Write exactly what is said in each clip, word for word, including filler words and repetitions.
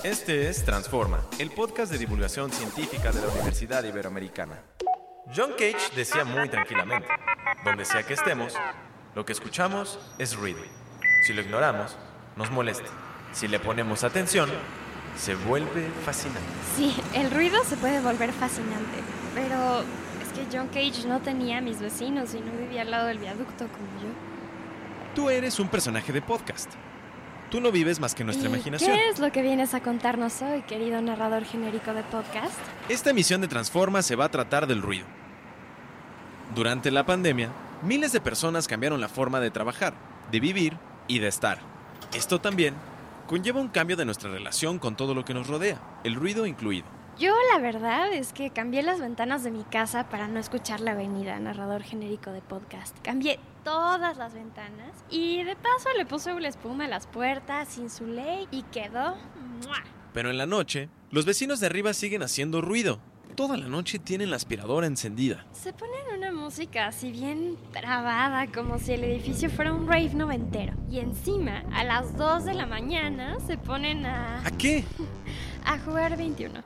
Este es Transforma, el podcast de divulgación científica de la Universidad Iberoamericana. John Cage decía muy tranquilamente, donde sea que estemos, lo que escuchamos es ruido. Si lo ignoramos, nos molesta. Si le ponemos atención, se vuelve fascinante. Sí, el ruido se puede volver fascinante, pero es que John Cage no tenía a mis vecinos y no vivía al lado del viaducto como yo. Tú eres un personaje de podcast. Tú no vives más que nuestra ¿Y imaginación. qué es lo que vienes a contarnos hoy, querido narrador genérico de podcast? Esta emisión de Transforma se va a tratar del ruido. Durante la pandemia, miles de personas cambiaron la forma de trabajar, de vivir y de estar. Esto también conlleva un cambio de nuestra relación con todo lo que nos rodea, el ruido incluido. Yo la verdad es que cambié las ventanas de mi casa para no escuchar la avenida, narrador genérico de podcast. Cambié todas las ventanas y de paso le puse una espuma a las puertas sin su ley y quedó... ¡mua! Pero en la noche, los vecinos de arriba siguen haciendo ruido. Toda la noche tienen la aspiradora encendida. Se ponen una música así bien trabada, como si el edificio fuera un rave noventero. Y encima, a las dos de la mañana, se ponen a... ¿A qué? a jugar veintiuno.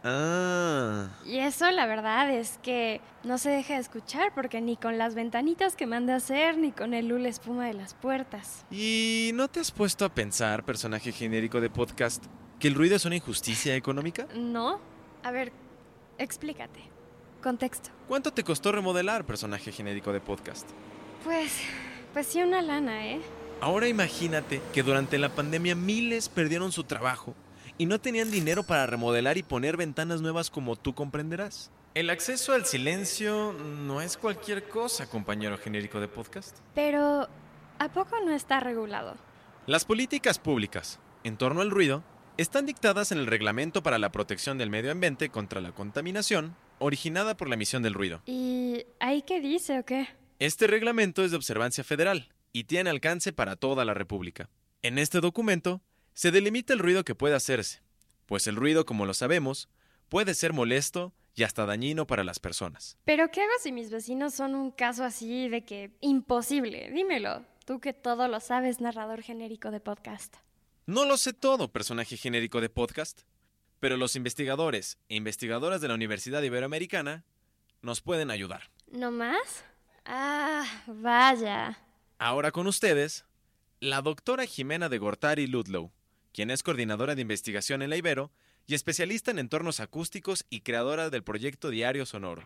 Ah. Y eso, la verdad, es que no se deja de escuchar, porque ni con las ventanitas que manda a hacer, ni con el hule espuma de las puertas. ¿Y no te has puesto a pensar, personaje genérico de podcast, que el ruido es una injusticia económica? ¿No? A ver, explícate. Contexto. ¿Cuánto te costó remodelar, personaje genérico de podcast? Pues, pues sí, una lana, ¿eh? Ahora imagínate que durante la pandemia miles perdieron su trabajo y no tenían dinero para remodelar y poner ventanas nuevas, como tú comprenderás. El acceso al silencio no es cualquier cosa, compañero genérico de podcast. Pero, ¿a poco no está regulado? Las políticas públicas en torno al ruido están dictadas en el Reglamento para la Protección del Medio Ambiente contra la Contaminación, originada por la emisión del ruido. ¿Y ahí qué dice o qué? Este reglamento es de observancia federal y tiene alcance para toda la República. En este documento se delimita el ruido que puede hacerse, pues el ruido, como lo sabemos, puede ser molesto y hasta dañino para las personas. ¿Pero qué hago si mis vecinos son un caso así de que imposible? Dímelo, tú que todo lo sabes, narrador genérico de podcast. No lo sé todo, personaje genérico de podcast, pero los investigadores e investigadoras de la Universidad Iberoamericana nos pueden ayudar. ¿No más? Ah, vaya. Ahora con ustedes, la doctora Jimena de Gortari Ludlow, quien es coordinadora de investigación en la Ibero y especialista en entornos acústicos y creadora del proyecto Diario Sonoro.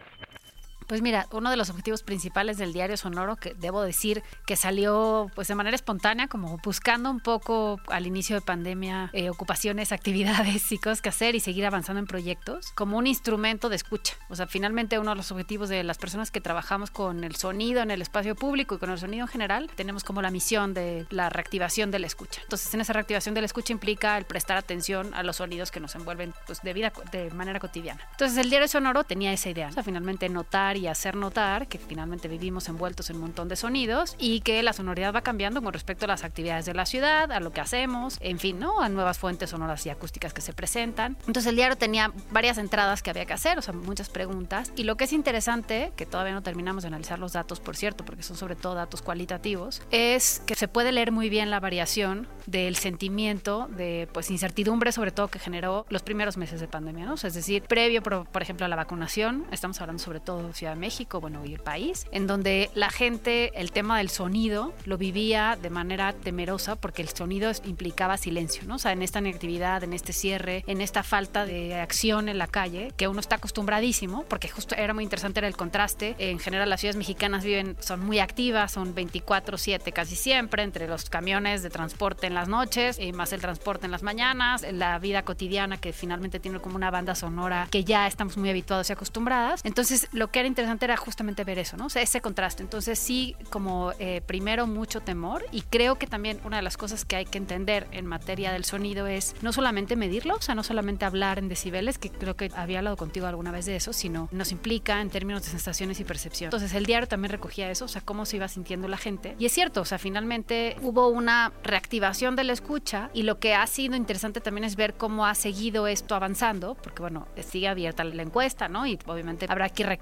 Pues mira, uno de los objetivos principales del Diario Sonoro, que debo decir que salió pues de manera espontánea, como buscando un poco al inicio de pandemia eh, ocupaciones, actividades y cosas que hacer y seguir avanzando en proyectos, como un instrumento de escucha. O sea, finalmente uno de los objetivos de las personas que trabajamos con el sonido en el espacio público y con el sonido en general, tenemos como la misión de la reactivación de la escucha. Entonces, en esa reactivación de la escucha implica el prestar atención a los sonidos que nos envuelven pues, de vida de manera cotidiana. Entonces, el Diario Sonoro tenía esa idea, o sea, finalmente notar y hacer notar que finalmente vivimos envueltos en un montón de sonidos y que la sonoridad va cambiando con respecto a las actividades de la ciudad, a lo que hacemos, en fin, ¿no? A nuevas fuentes sonoras y acústicas que se presentan. Entonces el diario tenía varias entradas que había que hacer, o sea, muchas preguntas. Y lo que es interesante, que todavía no terminamos de analizar los datos, por cierto, porque son sobre todo datos cualitativos, es que se puede leer muy bien la variación del sentimiento de pues incertidumbre, sobre todo que generó los primeros meses de pandemia, ¿no? O sea, es decir, previo, por, por ejemplo, a la vacunación, estamos hablando sobre todo de Ciudad de México, bueno, y el país, en donde la gente, el tema del sonido, lo vivía de manera temerosa porque el sonido implicaba silencio, ¿no? O sea, en esta inactividad, en este cierre, en esta falta de acción en la calle, que uno está acostumbradísimo, porque justo era muy interesante era el contraste. En general, las ciudades mexicanas viven, son muy activas, son veinticuatro siete casi siempre, entre los camiones de transporte en las noches, y más el transporte en las mañanas, la vida cotidiana que finalmente tiene como una banda sonora que ya estamos muy habituados y acostumbradas. Entonces, lo que era interesante era justamente ver eso, ¿no? O sea, ese contraste. Entonces sí, como eh, primero mucho temor, y creo que también una de las cosas que hay que entender en materia del sonido es no solamente medirlo, o sea, no solamente hablar en decibeles, que creo que había hablado contigo alguna vez de eso, sino nos implica en términos de sensaciones y percepción. Entonces el diario también recogía eso, o sea, cómo se iba sintiendo la gente. Y es cierto, o sea, finalmente hubo una reactivación de la escucha, y lo que ha sido interesante también es ver cómo ha seguido esto avanzando, porque bueno, sigue abierta la encuesta, ¿no? Y obviamente habrá que ir recabando y viendo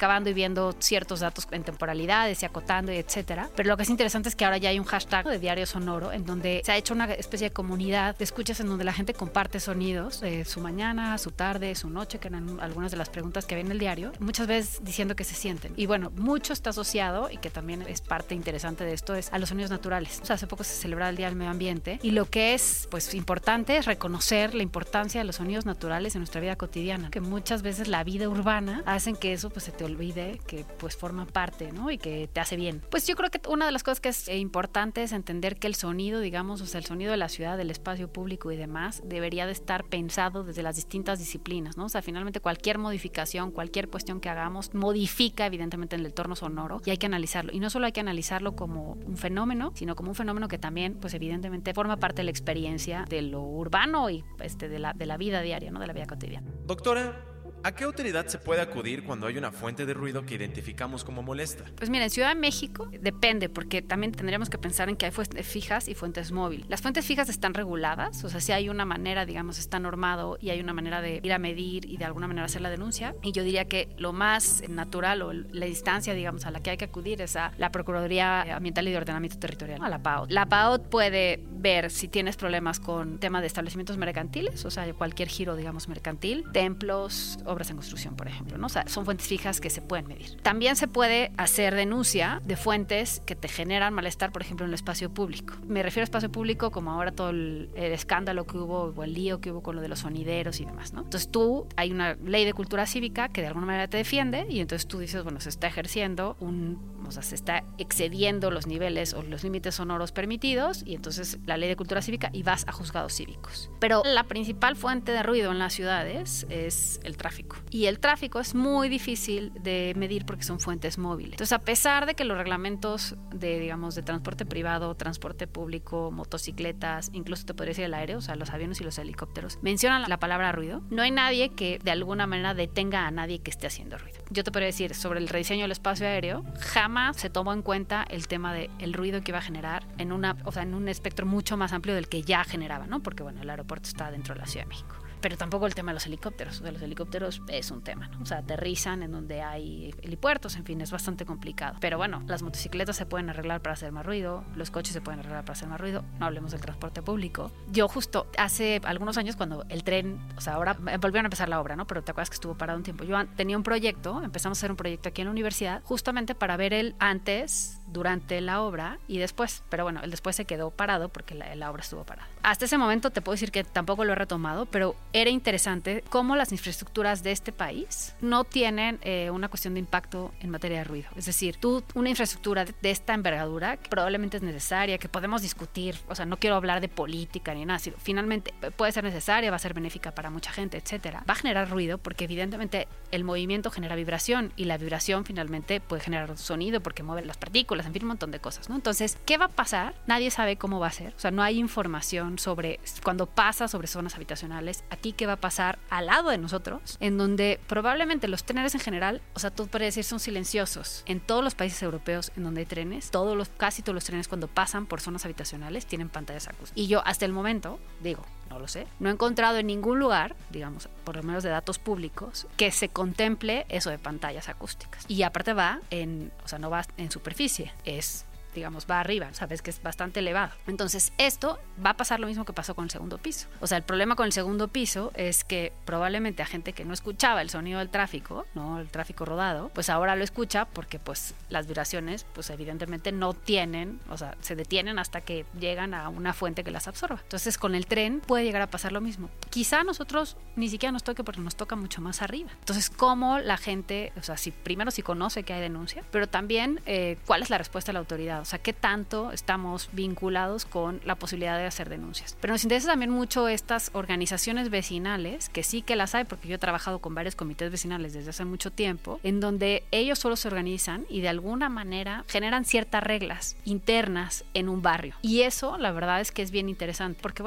subiendo ciertos datos en temporalidades y acotando y etcétera. Pero lo que es interesante es que ahora ya hay un hashtag de Diario Sonoro en donde se ha hecho una especie de comunidad de escuchas en donde la gente comparte sonidos, eh, su mañana, su tarde, su noche, que eran algunas de las preguntas que había en el diario, muchas veces diciendo que se sienten. Y bueno, mucho está asociado, y que también es parte interesante de esto, es a los sonidos naturales. O sea, hace poco se celebraba el Día del Medio Ambiente, y lo que es pues importante es reconocer la importancia de los sonidos naturales en nuestra vida cotidiana, que muchas veces la vida urbana hacen que eso pues se te olvide, que pues forma parte, ¿no? Y que te hace bien. Pues yo creo que una de las cosas que es importante es entender que el sonido, digamos, o sea, el sonido de la ciudad, del espacio público y demás, debería de estar pensado desde las distintas disciplinas, ¿no? O sea, finalmente cualquier modificación, cualquier cuestión que hagamos modifica evidentemente el entorno sonoro, y hay que analizarlo. Y no solo hay que analizarlo como un fenómeno, sino como un fenómeno que también, pues evidentemente forma parte de la experiencia de lo urbano y este, de, la, de la vida diaria, ¿no? De la vida cotidiana. Doctora, ¿a qué autoridad se puede acudir cuando hay una fuente de ruido que identificamos como molesta? Pues mira, en Ciudad de México depende, porque también tendríamos que pensar en que hay fuentes fijas y fuentes móviles. Las fuentes fijas están reguladas, o sea, si hay una manera, digamos, está normado y hay una manera de ir a medir y de alguna manera hacer la denuncia. Y yo diría que lo más natural o la distancia, digamos, a la que hay que acudir es a la Procuraduría Ambiental y de Ordenamiento Territorial, a la P A O T. La P A O T puede ver si tienes problemas con tema de establecimientos mercantiles, o sea, cualquier giro, digamos, mercantil, templos, obras en construcción, por ejemplo, ¿no? O sea, son fuentes fijas que se pueden medir. También se puede hacer denuncia de fuentes que te generan malestar, por ejemplo, en el espacio público. Me refiero a espacio público como ahora todo el, el escándalo que hubo o el lío que hubo con lo de los sonideros y demás, ¿no? Entonces tú, hay una ley de cultura cívica que de alguna manera te defiende, y entonces tú dices, bueno, se está ejerciendo un, o sea, se está excediendo los niveles o los límites sonoros permitidos, y entonces la ley de cultura cívica, y vas a juzgados cívicos. Pero la principal fuente de ruido en las ciudades es el tráfico. Y el tráfico es muy difícil de medir porque son fuentes móviles. Entonces, a pesar de que los reglamentos de, digamos, de transporte privado, transporte público, motocicletas, incluso te podría decir el aéreo, o sea, los aviones y los helicópteros, mencionan la palabra ruido, no hay nadie que de alguna manera detenga a nadie que esté haciendo ruido. Yo te podría decir, sobre el rediseño del espacio aéreo, jamás se tomó en cuenta el tema del ruido que iba a generar en una, o sea, en un espectro mucho más amplio del que ya generaba, ¿no? Porque, bueno, el aeropuerto está dentro de la Ciudad de México. Pero tampoco el tema de los helicópteros. O sea, los helicópteros es un tema, ¿no? O sea, aterrizan en donde hay helipuertos, en fin, es bastante complicado. Pero bueno, las motocicletas se pueden arreglar para hacer más ruido, los coches se pueden arreglar para hacer más ruido, no hablemos del transporte público. Yo justo hace algunos años cuando el tren, o sea, ahora volvieron a empezar la obra, ¿no? Pero te acuerdas que estuvo parado un tiempo. Yo tenía un proyecto, empezamos a hacer un proyecto aquí en la universidad, justamente para ver el antes, durante la obra y después. Pero bueno, el después se quedó parado porque la, la obra estuvo parada. Hasta ese momento te puedo decir que tampoco lo he retomado, pero era interesante cómo las infraestructuras de este país no tienen eh, una cuestión de impacto en materia de ruido. Es decir, tú, una infraestructura de, de esta envergadura, que probablemente es necesaria, que podemos discutir, o sea, no quiero hablar de política ni nada, sino finalmente puede ser necesaria, va a ser benéfica para mucha gente, etcétera. Va a generar ruido porque evidentemente el movimiento genera vibración, y la vibración finalmente puede generar sonido porque mueve las partículas, en fin, un montón de cosas, ¿no? Entonces, ¿qué va a pasar? Nadie sabe cómo va a ser. O sea, no hay información sobre cuando pasa sobre zonas habitacionales. Aquí, ¿qué va a pasar al lado de nosotros? En donde probablemente los trenes en general, o sea, tú puedes decir, son silenciosos. En todos los países europeos en donde hay trenes, todos los, casi todos los trenes cuando pasan por zonas habitacionales tienen pantallas acústicas. Y yo, hasta el momento, digo, no lo sé, no he encontrado en ningún lugar, digamos, por lo menos de datos públicos, que se contemple eso de pantallas acústicas. Y aparte va en, o sea, no va en superficie, es, digamos, va arriba, sabes que es bastante elevado. Entonces, esto va a pasar lo mismo que pasó con el segundo piso. O sea, el problema con el segundo piso es que probablemente a gente que no escuchaba el sonido del tráfico, no el tráfico rodado, pues ahora lo escucha porque pues las vibraciones, pues evidentemente no tienen, o sea, se detienen hasta que llegan a una fuente que las absorba. Entonces, con el tren puede llegar a pasar lo mismo. Quizá a nosotros ni siquiera nos toque porque nos toca mucho más arriba. Entonces, ¿cómo la gente, o sea, si primero si conoce que hay denuncia, pero también eh, cuál es la respuesta de la autoridad? O sea, qué tanto estamos vinculados con la posibilidad de hacer denuncias. Pero nos interesa también mucho estas organizaciones vecinales, que sí que las hay, porque yo he trabajado con varios comités vecinales desde hace mucho tiempo, en donde ellos solo se organizan y de alguna manera generan ciertas reglas internas en un barrio. Y eso, la verdad es que es bien interesante, porque bueno,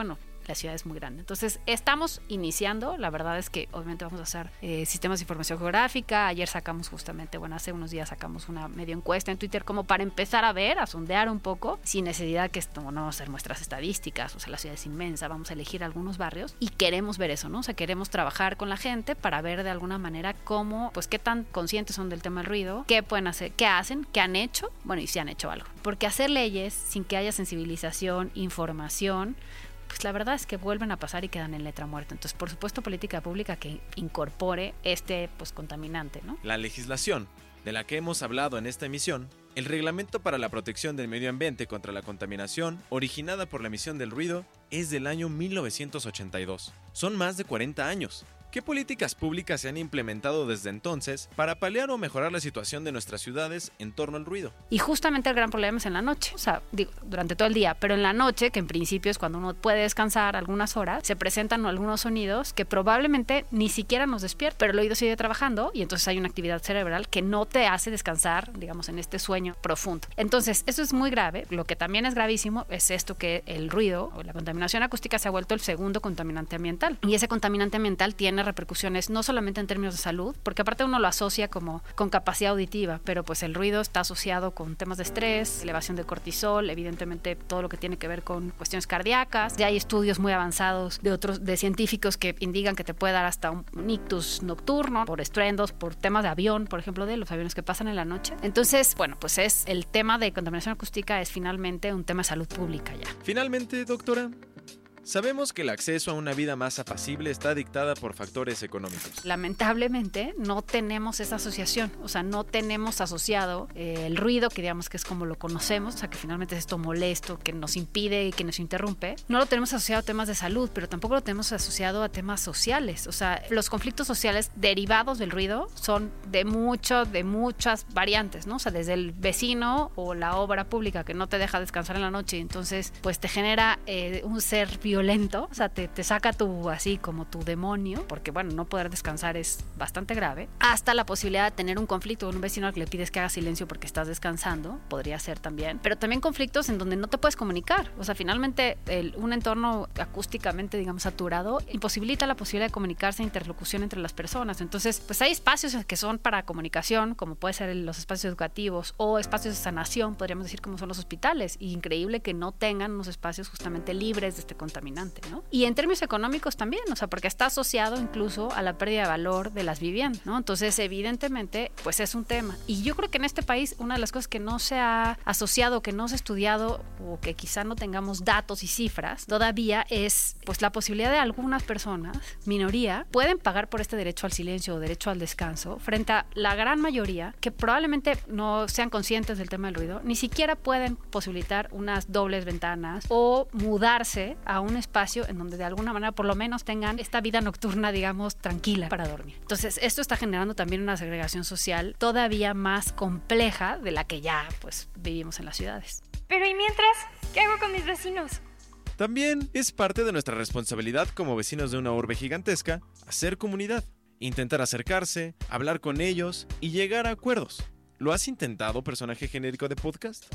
la ciudad es muy grande. Entonces, estamos iniciando. La verdad es que obviamente vamos a hacer eh, sistemas de información geográfica. Ayer sacamos justamente, bueno, hace unos días sacamos una medio encuesta en Twitter como para empezar a ver, a sondear un poco, sin necesidad que esto, no vamos a hacer muestras estadísticas, o sea, la ciudad es inmensa, vamos a elegir algunos barrios y queremos ver eso, ¿no? O sea, queremos trabajar con la gente para ver de alguna manera cómo, pues qué tan conscientes son del tema del ruido, qué pueden hacer, qué hacen, qué han hecho, bueno, y si han hecho algo. Porque hacer leyes sin que haya sensibilización, información, pues la verdad es que vuelven a pasar y quedan en letra muerta. Entonces, por supuesto, política pública que incorpore este, pues, contaminante, ¿no? La legislación de la que hemos hablado en esta emisión, el Reglamento para la Protección del Medio Ambiente contra la Contaminación, originada por la emisión del ruido, es del año mil novecientos ochenta y dos. Son más de cuarenta años. ¿Qué políticas públicas se han implementado desde entonces para paliar o mejorar la situación de nuestras ciudades en torno al ruido? Y justamente el gran problema es en la noche, o sea, digo, durante todo el día, pero en la noche, que en principio es cuando uno puede descansar algunas horas, se presentan algunos sonidos que probablemente ni siquiera nos despiertan, pero el oído sigue trabajando y entonces hay una actividad cerebral que no te hace descansar, digamos, en este sueño profundo. Entonces, eso es muy grave. Lo que también es gravísimo es esto, que el ruido o la contaminación acústica se ha vuelto el segundo contaminante ambiental. Y ese contaminante ambiental tiene repercusiones no solamente en términos de salud, porque aparte uno lo asocia como con capacidad auditiva, pero pues el ruido está asociado con temas de estrés, elevación de cortisol, evidentemente todo lo que tiene que ver con cuestiones cardíacas. Ya hay estudios muy avanzados de otros de científicos que indican que te puede dar hasta un, un ictus nocturno por estruendos, por temas de avión, por ejemplo, de los aviones que pasan en la noche. Entonces, bueno, pues es el tema de contaminación acústica es finalmente un tema de salud pública ya. Finalmente, doctora, sabemos que el acceso a una vida más apacible está dictada por factores económicos. Lamentablemente no tenemos esa asociación, o sea, no tenemos asociado eh, el ruido, que digamos que es como lo conocemos, o sea, que finalmente es esto molesto, que nos impide y que nos interrumpe. No lo tenemos asociado a temas de salud, pero tampoco lo tenemos asociado a temas sociales. O sea, los conflictos sociales derivados del ruido son de mucho, de muchas variantes, ¿no? O sea, desde el vecino o la obra pública que no te deja descansar en la noche, entonces pues te genera eh, un ser violento violento, o sea, te, te saca tu, así como tu demonio, porque bueno, no poder descansar es bastante grave, hasta la posibilidad de tener un conflicto con un vecino al que le pides que haga silencio porque estás descansando, podría ser también, pero también conflictos en donde no te puedes comunicar, o sea, finalmente el, un entorno acústicamente, digamos, saturado, imposibilita la posibilidad de comunicarse e interlocución entre las personas. Entonces, pues hay espacios que son para comunicación, como puede ser los espacios educativos o espacios de sanación, podríamos decir como son los hospitales, y increíble que no tengan unos espacios justamente libres de este contaminante, ¿no? Y en términos económicos también, o sea, porque está asociado incluso a la pérdida de valor de las viviendas, ¿no? Entonces, evidentemente, pues es un tema. Y yo creo que en este país una de las cosas que no se ha asociado, que no se ha estudiado o que quizá no tengamos datos y cifras todavía es pues la posibilidad de algunas personas, minoría, pueden pagar por este derecho al silencio o derecho al descanso frente a la gran mayoría que probablemente no sean conscientes del tema del ruido, ni siquiera pueden posibilitar unas dobles ventanas o mudarse a un espacio en donde de alguna manera por lo menos tengan esta vida nocturna, digamos, tranquila para dormir. Entonces, esto está generando también una segregación social todavía más compleja de la que ya pues vivimos en las ciudades. Pero ¿y mientras? ¿Qué hago con mis vecinos? También es parte de nuestra responsabilidad como vecinos de una urbe gigantesca hacer comunidad, intentar acercarse, hablar con ellos y llegar a acuerdos. ¿Lo has intentado, personaje genérico de podcast?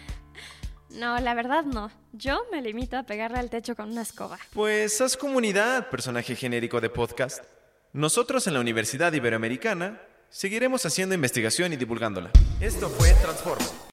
No, la verdad no. Yo me limito a pegarle al techo con una escoba. Pues haz comunidad, personaje genérico de podcast. Nosotros en la Universidad Iberoamericana seguiremos haciendo investigación y divulgándola. Esto fue Transforma.